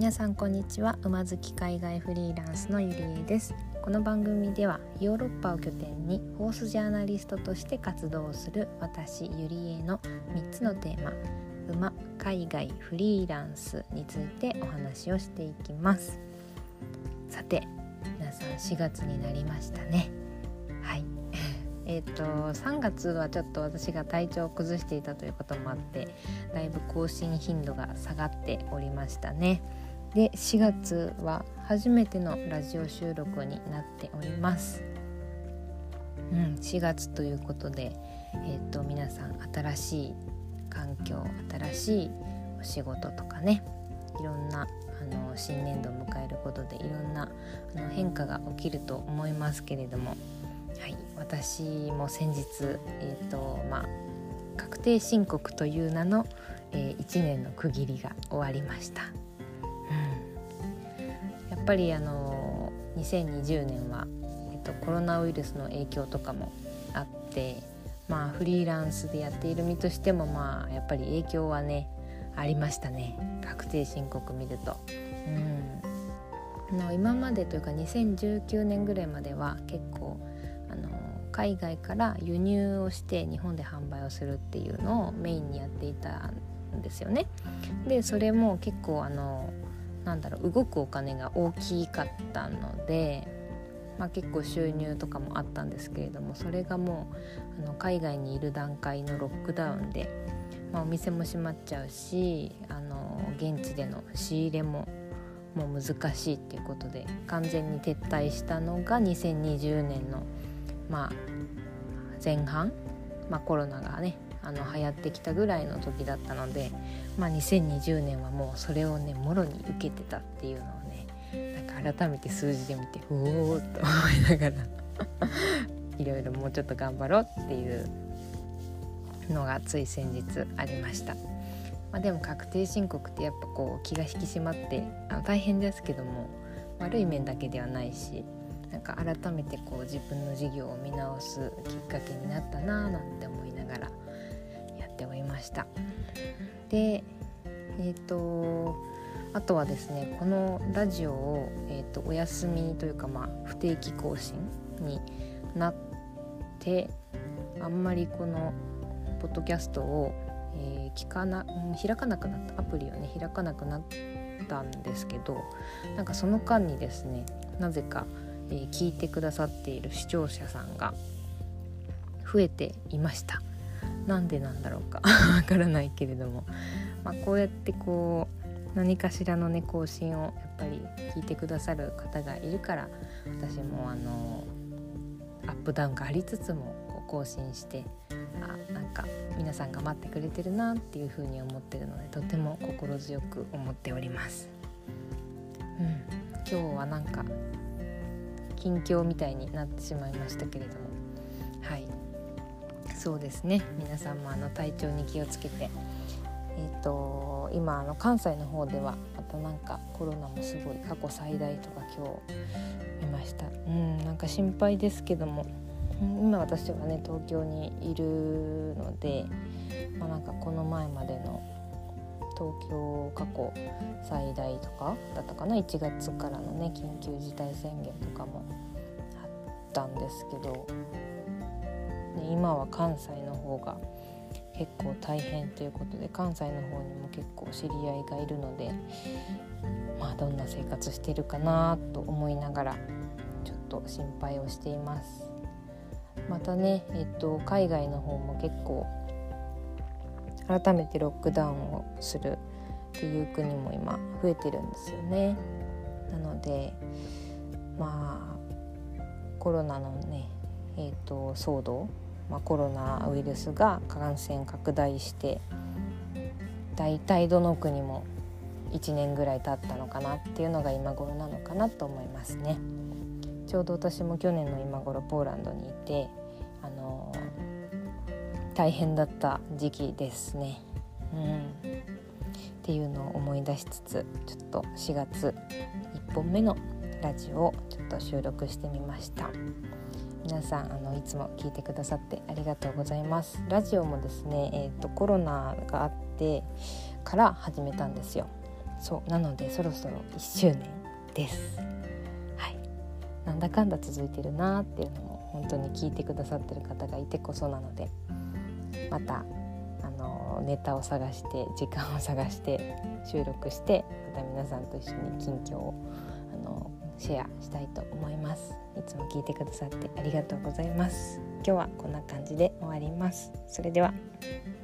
皆さんこんにちは。馬好き海外フリーランスのゆりえです。この番組ではヨーロッパを拠点にホースジャーナリストとして活動する私ゆりえの3つのテーマ、馬、海外、フリーランスについてお話をしていきます。さて皆さん4月になりましたね。はい3月はちょっと私が体調を崩していたということもあってだいぶ更新頻度が下がっておりましたね。で4月は初めてのラジオ収録になっております。4月ということで、皆さん新しい環境、新しいお仕事とかね、いろんな新年度を迎えることでいろんな変化が起きると思いますけれども、はい、私も先日、確定申告という名の、1年の区切りが終わりました。やっぱり2020年は、コロナウイルスの影響とかもあって、フリーランスでやっている身としてもやっぱり影響はねありましたね。確定申告見ると、今までというか2019年ぐらいまでは結構海外から輸入をして日本で販売をするっていうのをメインにやっていたんですよね。でそれも結構動くお金が大きかったので、結構収入とかもあったんですけれども、それがもう海外にいる段階のロックダウンで、お店も閉まっちゃうし現地での仕入れももう難しいっていうことで完全に撤退したのが2020年の前半、コロナがね流行ってきたぐらいの時だったので、2020年はもうそれをねもろに受けてたっていうのをね、改めて数字で見てうおーっと思いながらいろいろもうちょっと頑張ろうっていうのがつい先日ありました。でも確定申告ってやっぱ気が引き締まって大変ですけども、悪い面だけではないし、改めて自分の事業を見直すきっかけになったななんて思いながらやっておりました。であとはですね、このラジオを、お休みというか不定期更新になってあんまりこのポッドキャストを、開かなくなったアプリをね開かなくなったんですけど、その間にですねなぜか聞いてくださっている視聴者さんが増えていました。なんでなんだろうかわからないけれども、こうやって何かしらのね更新をやっぱり聞いてくださる方がいるから、私もアップダウンがありつつも更新して皆さんが待ってくれてるなっていう風に思ってるので、とても心強く思っております。今日は近況みたいになってしまいましたけれども、はい、そうですね、皆さんも体調に気をつけて、今関西の方ではまたコロナもすごい過去最大とか今日見ました。心配ですけども、今私はね東京にいるので、この前までの東京過去最大とかだったかな、1月からのね緊急事態宣言とかもあったんですけど、今は関西の方が結構大変ということで、関西の方にも結構知り合いがいるので、どんな生活してるかなと思いながらちょっと心配をしています。またね、海外の方も結構改めてロックダウンをするっていう国も今増えてるんですよね。なのでコロナのね、騒動、コロナウイルスが感染拡大してだいたいどの国も1年ぐらい経ったのかなっていうのが今頃なのかなと思いますね。ちょうど私も去年の今頃ポーランドにいて大変だった時期ですね。っていうのを思い出しつつ、ちょっと4月1本目のラジオをちょっと収録してみました。皆さんいつも聞いてくださってありがとうございます。ラジオもですね、コロナがあってから始めたんですよ。 そうなのでそろそろ1周年です。はい、なんだかんだ続いてるなっていうのも本当に聞いてくださってる方がいてこそなので、またネタを探して時間を探して収録してまた皆さんと一緒に近況をシェアしたいと思います。いつも聞いてくださってありがとうございます。今日はこんな感じで終わります。それでは。